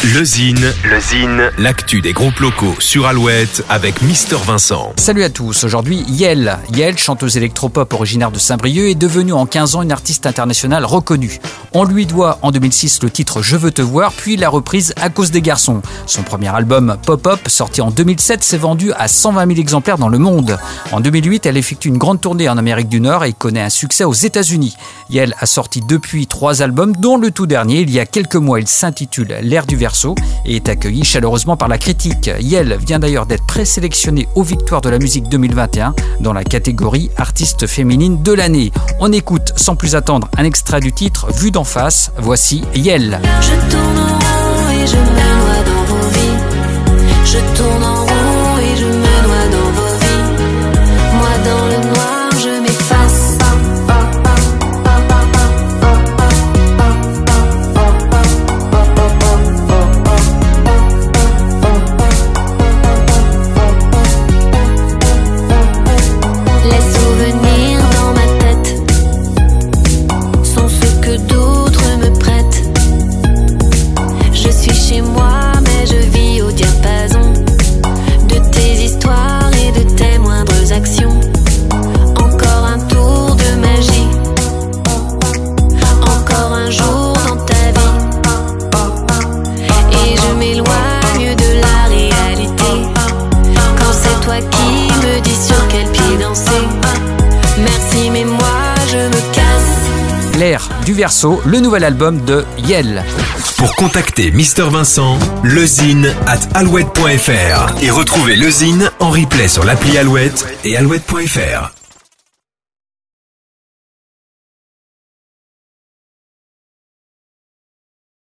Le Zine, l'actu des groupes locaux sur Alouette avec Mister Vincent. Salut à tous, aujourd'hui Yel, chanteuse électropop originaire de Saint-Brieuc, est devenue en 15 ans une artiste internationale reconnue. On lui doit en 2006 le titre Je veux te voir, puis la reprise À cause des garçons. Son premier album Pop-Up, sorti en 2007, s'est vendu à 120 000 exemplaires dans le monde. En 2008, elle effectue une grande tournée en Amérique du Nord et connaît un succès aux États-Unis. Yel a sorti depuis 3 albums, dont le tout dernier, il y a quelques mois. Il s'intitule L'air du verso et est accueilli chaleureusement par la critique. Yel vient d'ailleurs d'être présélectionnée aux Victoires de la musique 2021 dans la catégorie artiste féminine de l'année. On écoute sans plus attendre un extrait du titre Vu d'en face. Voici Yel. Je tourne en rond et je me noie dans vos vies. Je tourne en rond et je me noie dans vos vies. Moi dans le noir je m'efface. Les souvenirs dans ma tête sont ceux que d'autres me prêtent. Je suis chez moi mais je vis au diapason de tes histoires et de tes moindres actions. Encore un tour de magie, encore un jour dans ta vie, et je m'éloigne de la réalité quand c'est toi qui me dis sur quel pied danser. Merci mais moi je me casse. L'air du verso, le nouvel album de Yel. Pour contacter Mister Vincent, lezine@alouette.fr et retrouver Le Zine en replay sur l'appli Alouette et alouette.fr.